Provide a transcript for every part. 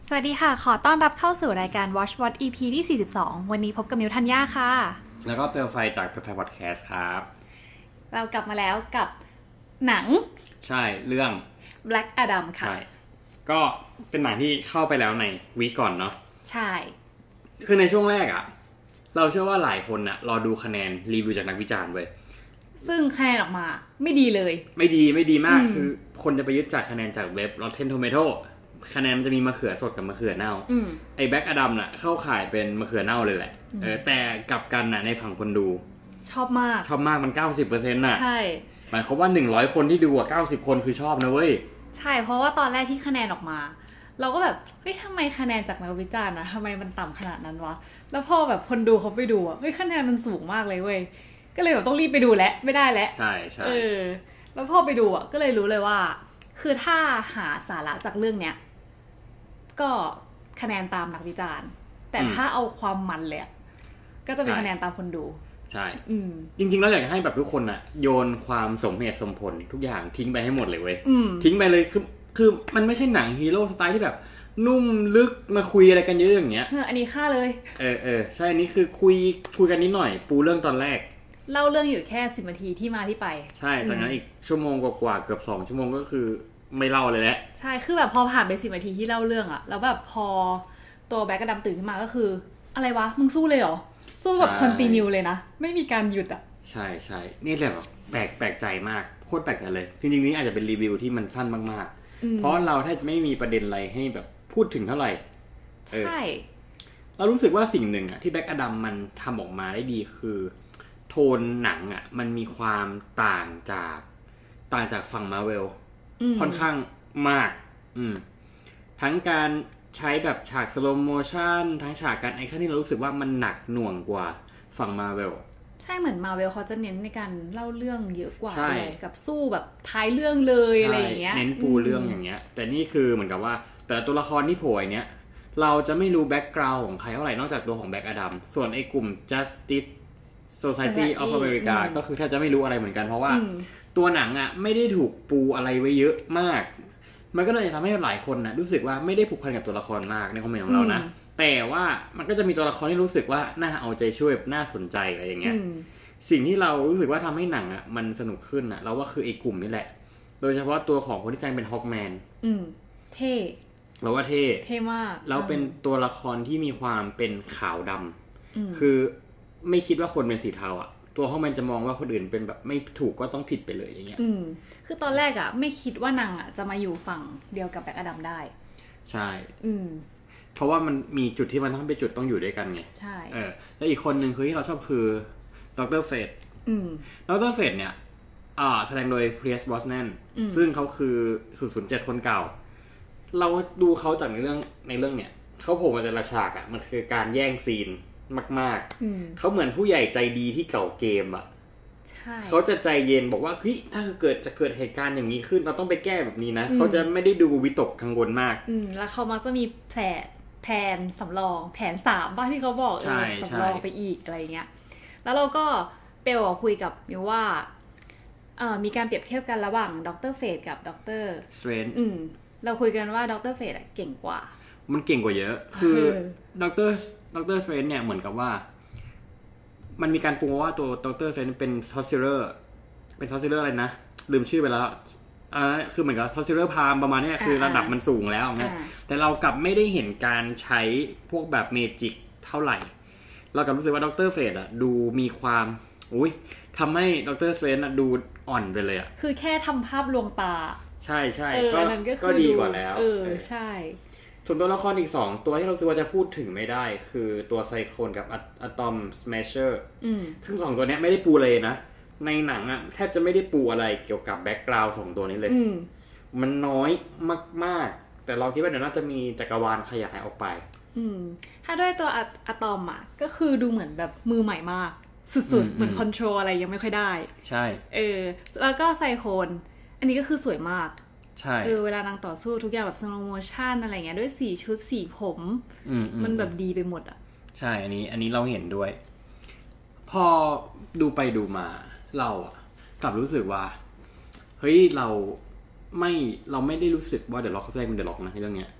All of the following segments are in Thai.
สวัสดีค่ะขอต้อนรับเข้าสู่รายการ Watch What EP ที่42วันนี้พบกับมิวทัญญาค่ะแล้วก็เปลวไฟจากเปลวไฟพอดแคสต์ครับเรากลับมาแล้วกับหนังใช่เรื่อง Black Adam ค่ะใช่ก็เป็นหนังที่เข้าไปแล้วในวีคก่อนเนาะใช่คือในช่วงแรกอะเราเชื่อว่าหลายคนอะรอดูคะแนนรีวิวจากนักวิจารณ์เว้ยซึ่งคะแนนออกมาไม่ดีเลยไม่ดีมากคือคนจะไปยึดจากคะแนนจากเว็บ Rotten Tomatoคะแนนมันจะมีมะเขือสดกับมะเขือเน่าไอ้แบ็คอดัมน่ะเข้าข่ายเป็นมะเขือเน่าเลยแหละแต่กลับกันน่ะในฝั่งคนดูชอบมากมัน 90% น่ะใช่หมายความว่า100คนที่ดูอ่ะ90คนคือชอบนะเว้ยใช่เพราะว่าตอนแรกที่คะแนนออกมาเราก็แบบเฮ้ยทำไมคะแนนจากนักวิจารณ์นะทำไมมันต่ำขนาดนั้นวะแล้วพอแบบคนดูเขาไปดูอ่ะเฮ้ยคะแนนมันสูงมากเลยเว้ยก็เลยแบบต้องรีบไปดูแล้วไม่ได้แล้วใช่แล้วพอไปดูอ่ะก็เลยรู้เลยว่าคือถ้าหาสาระจากเรื่องเนี้ยก็คะแนนตามนักวิจารณ์แต่ถ้าเอาความมันเลยก็จะเป็นคะแนนตามคนดูใช่จริงๆแล้วอยากจะให้แบบทุกคนน่ะโยนความสมเหตุสมผลทุกอย่างทิ้งไปให้หมดเลยเว้ยทิ้งไปเลยคือมันไม่ใช่หนังฮีโร่สไตล์ที่แบบนุ่มลึกมาคุยอะไรกันเยอะอย่างเงี้ยอันนี้ฆ่าเลยใช่อันนี้คือคุยกันนิดหน่อยปูเรื่องตอนแรกเล่าเรื่องอยู่แค่10 นาทีที่มาที่ไปใช่จากนั้นอีกชั่วโมงกว่าเกือบ2 ชั่วโมงก็คือไม่เล่าเลยแหละใช่คือแบบพอผ่านไป10 นาทีที่เล่าเรื่องอะแล้วแบบพอตัวแบ็คกระดำตื่นขึ้นมาก็คืออะไรวะมึงสู้เลยเหรอสู้แบบคอนติเนียเลยนะไม่มีการหยุดอะใช่นี่แหละแบบแปลกใจมากโคตรแปลกใจเลยจริงๆนี้อาจจะเป็นรีวิวที่มันสั้นมากๆเพราะเราแทบไม่มีประเด็นอะไรให้แบบพูดถึงเท่าไหร่ใช่เรารู้สึกว่าสิ่งหนึ่งอะที่แบ็คอดัมมันทำออกมาได้ดีคือโทนหนังอะมันมีความต่างจากฝั่งมาเวลค่อนข้างมากทั้งการใช้แบบฉากสโลว์โมชั่นทั้งฉากการแอคชั่นที่เรารู้สึกว่ามันหนักหน่วงกว่าฝั่งมาเวลใช่เหมือนมาเวลเขาจะเน้นในการเล่าเรื่องเยอะกว่าเลยกับสู้แบบท้ายเรื่องเลยอะไรอย่างเงี้ยเน้นปูเรื่องอย่างเงี้ยแต่นี่คือเหมือนกับว่าแต่ตัวละครที่โผล่เนี้ยเราจะไม่รู้แบ็คกราวด์ของใครเท่าไหร่นอกจากตัวของแบ็คอดัมส่วนไอ้กลุ่ม Justice Society of America ก็คือแทบจะไม่รู้อะไรเหมือนกันเพราะว่าตัวหนังอ่ะไม่ได้ถูกปูอะไรไว้เยอะมากมันก็เลยทำให้หลายคนนะรู้สึกว่าไม่ได้ผูกพันกับตัวละครมากในคอมเมนต์ของเรานะแต่ว่ามันก็จะมีตัวละครที่รู้สึกว่าน่าเอาใจช่วยน่าสนใจอะไรอย่างเงี้ยสิ่งที่เรารู้สึกว่าทำให้หนังอ่ะมันสนุกขึ้นอ่ะเราว่าคือไอ้กลุ่มนี่แหละโดยเฉพาะตัวของคนที่แสดงเป็นฮอคแมนเท่เราว่าเท่มากแล้วเป็นตัวละครที่มีความเป็นขาวดำคือไม่คิดว่าคนเป็นสีเทาอ่ะตัวเขามันจะมองว่าคนอื่นเป็นแบบไม่ถูกก็ต้องผิดไปเลยอย่างเงี้ยคือตอนแรกอ่ะไม่คิดว่านางอ่ะจะมาอยู่ฝั่งเดียวกับแบ็คอดัมได้ใช่เพราะว่ามันมีจุดที่มันต้องเป็นจุดต้องอยู่ด้วยกันไงใช่แล้วอีกคนนึงคือที่เราชอบคือดร.เฟดดร.เฟดเนี่ยแสดงโดยเพียร์ส บรอสแนนซึ่งเขาคือ007คนเก่าเราดูเขาจากในเรื่องเนี่ยเขาโผล่มาแต่ละฉากอ่ะมันคือการแย่งซีนมากๆเขาเหมือนผู้ใหญ่ใจดีที่เก่าเกมอ่ะเขาจะใจเย็นบอกว่าเฮ้ยถ้าจะเกิดเหตุการณ์อย่างนี้ขึ้นเราต้องไปแก้แบบนี้นะเขาจะไม่ได้ดูวิตกกังวลมากแล้วเขามักจะมีแผนสำรองแผน3บ้างที่เขาบอกสำรองไปอีกอะไรเงี้ยแล้วเราก็เปลคุยกับมิวว่ามีการเปรียบเทียบกันระหว่างดร.เฟดกับดร. สเตรนจ์เราคุยกันว่าดร.เฟดเก่งกว่ามันเก่งกว่าเยอะคือดร.สเตรนจ์เนี่ยเหมือนกับว่ามันมีการปรุงว่าตัวดร.สเตรนจ์เป็นทอสซิลเลอร์อะไรนะลืมชื่อไปแล้วคือเหมือนกับทอสซิลเลอร์พาร์มประมาณนี้คือระดับมันสูงแล้วนะแต่เรากลับไม่ได้เห็นการใช้พวกแบบเมจิกเท่าไหร่เรากลับรู้สึกว่าดร.เฟดดูมีความทำให้ดร.สเตรนจ์ดูอ่อนไปเลยคือแค่ทำภาพลวงตาใช่ก็ดีกว่าแล้วใช่ส่วนตัวละครอีก2ตัวที่เราคิดว่าจะพูดถึงไม่ได้คือตัวไซโคลนกับอะตอมสแมชเชอร์ซึ่ง2ตัวนี้ไม่ได้ปูเลยนะในหนังอ่ะแทบจะไม่ได้ปูอะไรเกี่ยวกับแบ็คกราวด์2ตัวนี้เลยมันน้อยมากๆแต่เราคิดว่าเดี๋ยวน่าจะมีจักรวาลขยายออกไปถ้าด้วยตัวอะตอมอ่ะก็คือดูเหมือนแบบมือใหม่มากสุดๆเหมือนคอนโทรลอะไรยังไม่ค่อยได้ใช่แล้วก็ไซโคลนอันนี้ก็คือสวยมากใช่เวลานางต่อสู้ทุกอย่างแบบสโลว์โมชั่นอะไรเงี้ยด้วยสีชุดสีผมมันแบบดีไปหมดใช่อันนี้เราเห็นด้วยพอดูไปดูมาเรากลับรู้สึกว่าเฮ้ยเราไม่ได้รู้สึกว่าเดอะล็อกเขาแสดงเป็นเดอะล็อกนะในเรื่องเนี้ยเรา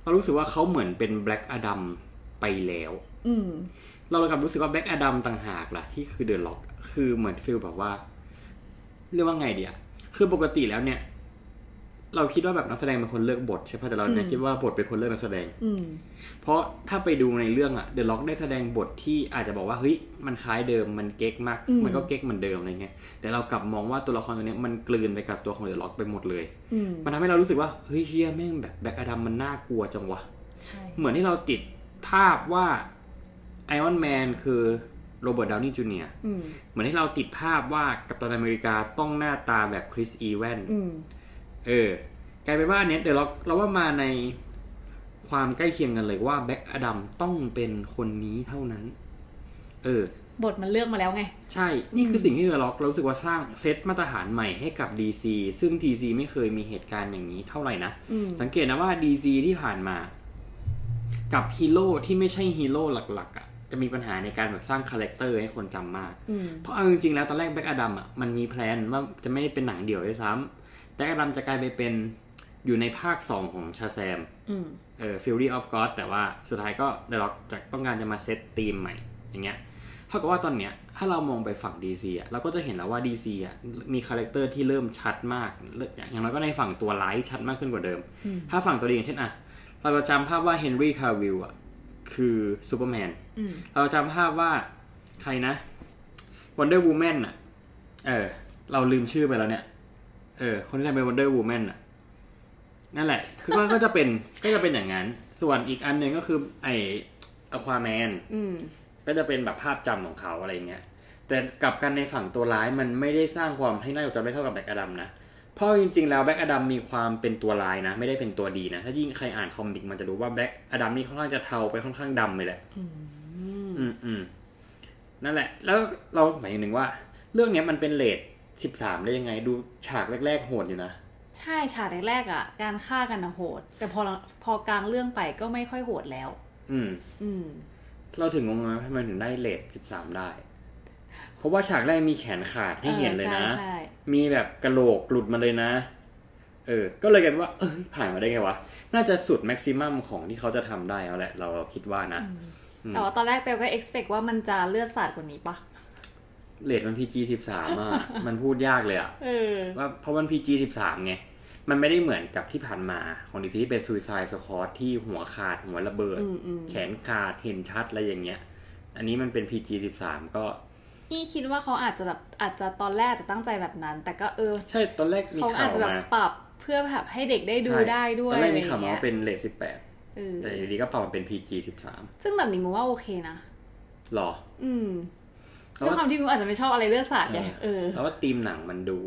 เรารู้สึกว่าเขาเหมือนเป็นแบล็กอดัมไปแล้วเราเลยกับรู้สึกว่าแบล็กอดัมต่างหากล่ะที่คือเดอะล็อกคือเหมือนฟีลแบบว่าเรียกว่าไงดีอะคือปกติแล้วเนี่ยเราคิดว่าแบบนักแสดงเป็นคนเลือกบทใช่ป่ะแต่เราเนี่ยคิดว่าบทเป็นคนเลือกนักแสดงเพราะถ้าไปดูในเรื่องอะเดอะล็อกได้แสดงบทที่อาจจะบอกว่าเฮ้ยมันคล้ายเดิมมันเก๊กมากมันก็เก๊กเหมือนเดิมอะไรเงี้ยแต่เรากลับมองว่าตัวละครตัวนี้มันกลืนไปกับตัวของเดอะล็อกไปหมดเลยมันทำให้เรารู้สึกว่าเฮ้ยเชี่ยแม่งแบบแบล็กอดัมมันน่ากลัวจังวะเหมือนที่เราติดภาพว่าไอรอนแมนคือโรเบิร์ตดาวนี่จูเนียร์เหมือนที่เราติดภาพว่ากัปตันอเมริกาต้องหน้าตาแบบคริสอีแวนกลายเป็นว่าอันเนี้ยเดี๋ยวเราว่ามาในความใกล้เคียงกันเลยว่าแบ็คอดัมต้องเป็นคนนี้เท่านั้นบทมันเลือกมาแล้วไงใช่นี่คือสิ่งที่เรารู้สึกว่าสร้างเซตมาตรฐานใหม่ให้กับ DC ซึ่ง DC ไม่เคยมีเหตุการณ์อย่างนี้เท่าไหร่นะสังเกตนะว่า DC ที่ผ่านมากับฮีโร่ที่ไม่ใช่ฮีโร่หลักๆอ่ะจะมีปัญหาในการแบบสร้างคาแรคเตอร์ให้คนจำมากเพราะเอาจริงๆแล้วตอนแรกแบ็คอดัมอ่ะมันมีแพลนว่าจะไม่ได้เป็นหนังเดี่ยวด้วยซ้ำแบ็คอดัมจะกลายไปเป็นอยู่ในภาค2ของชาแซมFury of God แต่ว่าสุดท้ายก็เดอะล็อกจะต้องการจะมาเซตธีมใหม่อย่างเงี้ยเท่ากับว่าตอนเนี้ยถ้าเรามองไปฝั่ง DC อ่ะเราก็จะเห็นแล้วว่า DC อ่ะมีคาแรคเตอร์ที่เริ่มชัดมากอย่างน้อยก็ในฝั่งตัวร้ายชัดมากขึ้นกว่าเดิมถ้าฝั่งตัวดีอย่างเช่นอ่ะเราจะจำภาพว่าเฮนรี่คาวิลอ่ะคือซูเปอร์แมนเราจำภาพว่าใครนะวันเดอร์วูแมนอ่ะเราลืมชื่อไปแล้วเนี่ยคนที่ทำเป็นวันเดอร์วูแมนอ่ะนั่นแหละคือก็จะเป็นอย่างนั้นส่วนอีกอันหนึ่งก็คือไอ้อควาแมนก็จะเป็นแบบภาพจำของเขาอะไรเงี้ยแต่กลับกันในฝั่งตัวร้ายมันไม่ได้สร้างความให้น่าจดจำได้เท่ากับแบ็คอดัมนะเพราะจริงๆแล้วแบ็คอดัมมีความเป็นตัวร้ายนะไม่ได้เป็นตัวดีนะถ้ายิ่งใครอ่านคอมิกมันจะรู้ว่าแบ็คอดัมนี่ค่อนข้างจะเทาไปค่อนข้างดำเลยแหละนั่นแหละแล้วเราหมายถึงว่าเรื่องนี้มันเป็นเรท13ได้ยังไงดูฉากแรกๆโหดอยู่นะใช่ฉากแรกๆอ่ะการฆ่ากันนะโหดแต่พอกลางเรื่องไปก็ไม่ค่อยโหดแล้วเราถึงงงว่าทำไมถึงได้เรท13ได้เพราะว่าฉากแรกมีแขนขาดให้เห็นเลยนะมีแบบกระโหลกหลุดมาเลยนะก็เลยกันว่าผ่านมาได้ไงวะน่าจะสุดแม็กซิมัมของที่เขาจะทำได้แล้วแหละเราคิดว่านะแต่ว่าตอนแรกเปลก็ expect ว่ามันจะเลือดสาดกว่านี้ปะเรทมัน PG 13 อ่ะ มันพูดยากเลยอ่ะว่าเพราะมัน PG 13 ไงมันไม่ได้เหมือนกับที่ผ่านมาของดีซีที่เป็น Suicide Squad ที่หัวขาดหัวระเบิดแขนขาดเห็นชัดอะไรอย่างเงี้ยอันนี้มันเป็น PG 13 ก็นี่คิดว่าเขาอาจจะตอนแรกจะตั้งใจแบบนั้นแต่ก็ใช่ตอนแรกมีข่าวมาปรับเพื่อแบบให้เด็กได้ดูได้ด้วยตอนแรกมีข่าวมาว่าเป็นเรท18แต่อยู่ดีก็ปรับมาเป็น PG 13 ซึ่งแบบนี้มึงว่าโอเคนะหรอด้วยความที่มึงอาจจะไม่ชอบอะไรเลือดสาดไงแล้วว่าธีมหนังมันดู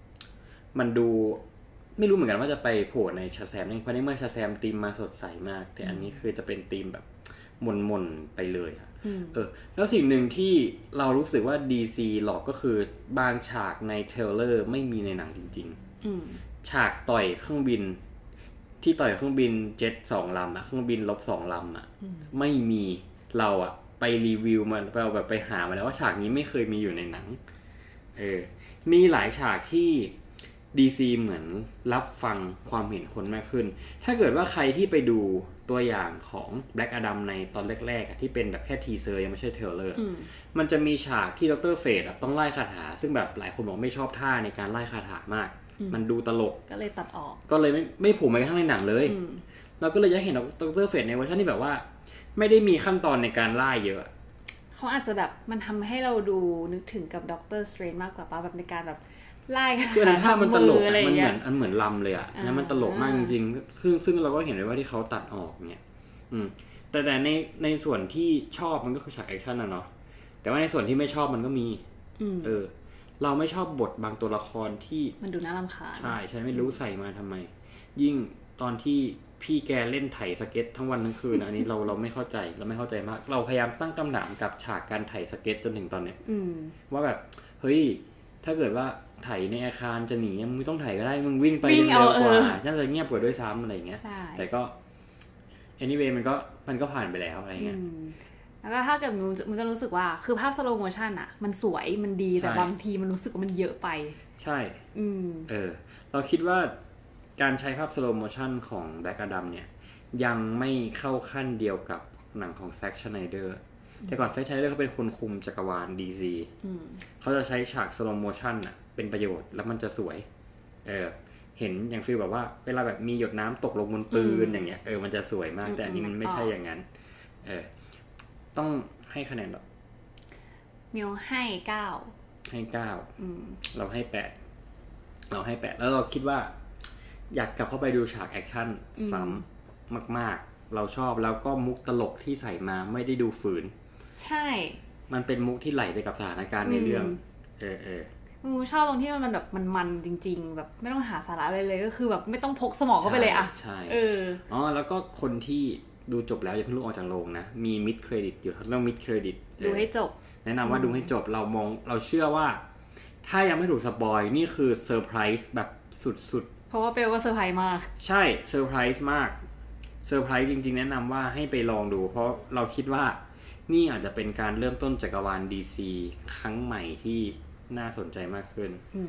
ไม่รู้เหมือนกันว่าจะไปโผล่ในชาแซมเพราะในเมื่อชาแซมธีมมาสดใสมากแต่อันนี้คือจะเป็นธีมแบบมนๆไปเลยค่ะแล้วสิ่งหนึ่งที่เรารู้สึกว่า DC หลอกก็คือบางฉากในเทรลเลอร์ไม่มีในหนังจริงๆฉากต่อยเครื่องบินที่ต่อยเครื่องบินเจ็ต2 ลำอะเครื่องบินลบ2 ลำอะไม่มีเราอะไปรีวิวมาเราแบบไปหามาแล้วว่าฉากนี้ไม่เคยมีอยู่ในหนังมีหลายฉากที่ DC เหมือนรับฟังความเห็นคนมากขึ้นถ้าเกิดว่าใครที่ไปดูตัวอย่างของ Black Adam ในตอนแรกๆที่เป็นแบบแค่ทีเซอร์ยังไม่ใช่เทรลเลอร์มันจะมีฉากที่ดร.เฟดต้องไล่คาถาซึ่งแบบหลายคนบอกไม่ชอบท่าในการไล่คาถามากมันดูตลกก็เลยตัดออกก็เลยไม่ผูกไปทั้งในหนังเลยเราก็เลยอยากเห็นดร.เฟดในเวอร์ชันที่แบบว่าไม่ได้มีขั้นตอนในการไล่เยอะเขาอาจจะแบบมันทำให้เราดูนึกถึงกับด็อกเตอร์สเตรนจ์มากกว่าป่ะแบบในการแบบไล่คือในภาพมันตลกมันเหมือนลำเลยอ่ะแล้วมันตลกมากจริงๆซึ่งเราก็เห็นเลยว่าที่เขาตัดออกเนี่ยแต่ในส่วนที่ชอบมันก็คือฉากแอคชั่นเนาะแต่ว่าในส่วนที่ไม่ชอบมันก็มีเราไม่ชอบบทบางตัวละครที่มันดูน่ารำคาญใช่ไม่รู้ใส่มาทำไมยิ่งตอนที่พี่แกเล่นไถสเก็ตทั้งวันทั้งคืนอันนี้เราไม่เข้าใจมากเราพยายามตั้งคำถามกับฉากการไถสเก็ตจนถึงตอนเนี้ยว่าแบบเฮ้ยถ้าเกิดว่าไถในอาคารจะหนีมึงไม่ต้องไถก็ได้มึงวิ่งไปเร็วกว่าน่าจะเงียบกว่าด้วยซ้ำอะไรอย่างเงี้ยแต่ก็ anyway มันก็ผ่านไปแล้วอะไรเงี้ยแล้วก็ถ้าเกิดมึงจะรู้สึกว่าคือภาพสโลว์โมชั่นอ่ะมันสวยมันดีแต่บางทีมันรู้สึกว่ามันเยอะไปใช่เราคิดว่าการใช้ภาพสโลว์โมชั่นของ Black Adam เนี่ยยังไม่เข้าขั้นเดียวกับหนังของแซ็กชไนเดอร์แต่ก่อนแซ็กชไนเดอร์เขาเป็นคนคุมจักรวาล DC เขาจะใช้ฉากสโลว์โมชั่นอ่ะเป็นประโยชน์แล้วมันจะสวยเห็นอย่างฟีลแบบว่าเวลาแบบมีหยดน้ำตกลงบนปืนอย่างเงี้ยมันจะสวยมากแต่อันนี้มันไม่ใช่อย่างนั้นต้องให้คะแนนแบบมิวให้9 เราให้8แล้วเราคิดว่าอยากกลับเข้าไปดูฉากแอคชั่นซ้ำมากๆเราชอบแล้วก็มุกตลกที่ใส่มาไม่ได้ดูฝืนใช่มันเป็นมุกที่ไหลไปกับสถานการณ์ในเรื่องชอบตรงที่มันแบบมันจริงๆแบบไม่ต้องหาสาระอะไรเลยก็คือแบบไม่ต้องพกสมองเข้าไปเลยอะใช่แล้วก็คนที่ดูจบแล้วอย่าเพิ่งลุกออกจากโรงนะมีมิดเครดิตอยู่เรื่องมิดเครดิตดูให้จบแนะนำว่าดูให้จบเราเชื่อว่าถ้ายังไม่ถูกสปอยนี่คือเซอร์ไพรส์แบบสุดๆเพราะว่าเปลก็เซอร์ไพรส์มากใช่เซอร์ไพรส์มากเซอร์ไพรส์จริงๆแนะนำว่าให้ไปลองดูเพราะเราคิดว่านี่อาจจะเป็นการเริ่มต้นจักรวาล DC ครั้งใหม่ที่น่าสนใจมากขึ้น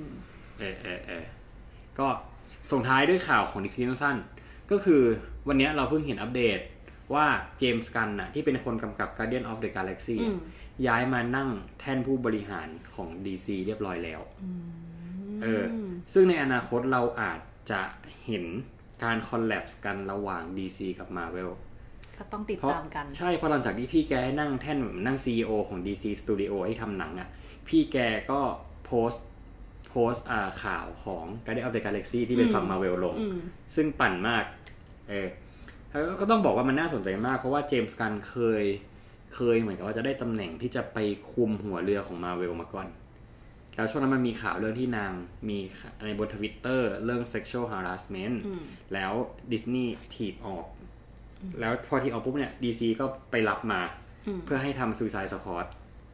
ก็ส่งท้ายด้วยข่าวของดิคินสันก็คือวันนี้เราเพิ่งเห็นอัปเดตว่าเจมส์กันน่ะที่เป็นคนกำกับ Guardian of the Galaxy ย้ายมานั่งแท่นผู้บริหารของ DC เรียบร้อยแล้วซึ่งในอนาคตเราอาจจะเห็นการคอลแลบกันระหว่าง DC กับ Marvel ก็ต้องติดตามกันใช่เพราะหลังจากที่พี่แกนั่งแท่นนั่ง CEO ของ DC Studio ให้ทำหนังอ่ะพี่แกก็โพสต์ข่าวของ Guardian of the Galaxy ที่เป็นฝั่ง Marvel ลงซึ่งปั่นมากก็ต้องบอกว่ามันน่าสนใจมากเพราะว่าเจมส์กันเคยเหมือนกับว่าจะได้ตำแหน่งที่จะไปคุมหัวเรือของ Marvel มาก่อนแล้วช่วงนั้นมันมีข่าวเรื่องที่นางมีในบน Twitter เรื่อง sexual harassment แล้วดิสนีย์ถีบออกแล้วพอถีบออกปุ๊บเนี่ย DC ก็ไปรับมาเพื่อให้ทำ Suicide Squad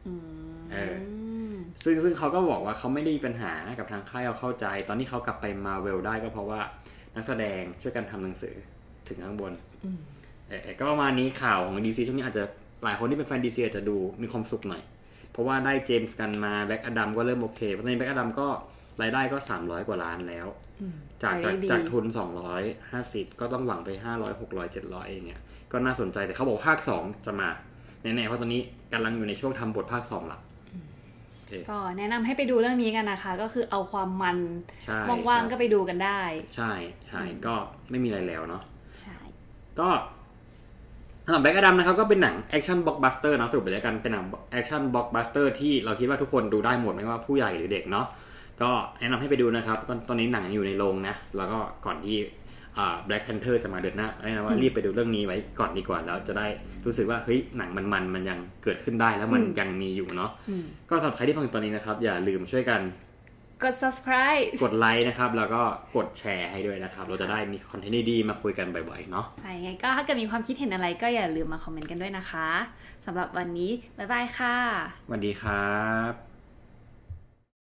ซึ่งเขาก็บอกว่าเขาไม่ได้มีปัญหากับทางค่ายเขาเข้าใจตอนที่เขากลับไป Marvel ได้ก็เพราะว่านักแสดงช่วยกันทำหนังสือถึงข้างบนก็ประมาณนี้ข่าวของ DC ช่วงนี้อาจจะหลายคนที่เป็นแฟน DC อาจจะดูมีความสุขหน่อยเพราะว่าได้เจมส์กันมาแบล็กอดัมก็เริ่มโอเคเพราะในแบล็กอดัมก็รายได้ก็300กว่าล้านแล้วจากทุน250ก็ต้องหวังไป500 600 700เองเนี่ยก็น่าสนใจแต่เขาบอกภาค2จะมาแน่ๆเพราะตอนนี้กำลังอยู่ในช่วงทำบทภาค2ละก็แนะนำให้ไปดูเรื่องนี้กันนะคะก็คือเอาความมันว่างๆก็ไปดูกันได้ใช่ก็ไม่มีอะไรแล้วเนาะใช่ก็สำหรับแบล็กอดัมนะครับก็เป็นหนังแอคชั่นบล็อกบัสเตอร์นะสรุปไปแล้วกันเป็นหนังแอคชั่นบล็อกบัสเตอร์ที่เราคิดว่าทุกคนดูได้หมดไม่ว่าผู้ใหญ่หรือเด็กเนาะก็แนะนำให้ไปดูนะครับตอนนี้หนังอยู่ในโรงนะแล้วก็ก่อนที่Black Panther จะมาเดือนหน้าแนะนำว่ารีบไปดูเรื่องนี้ไว้ก่อนดีกว่าแล้วจะได้รู้สึกว่าเฮ้ยหนังมันยังเกิดขึ้นได้แล้วมันยังมีอยู่เนาะก็สำหรับใครที่ฟังตอนนี้นะครับอย่าลืมช่วยกันกด subscribe กดไลค์นะครับแล้วก็กดแชร์ให้ด้วยนะครับเราจะได้มีคอนเทนต์ดีๆมาคุยกันบ่อยๆเนาะใช่ไงก็ถ้าเกิดมีความคิดเห็นอะไรก็อย่าลืมมาคอมเมนต์กันด้วยนะคะสำหรับวันนี้บ๊ายบายค่ะสวัสดีครับ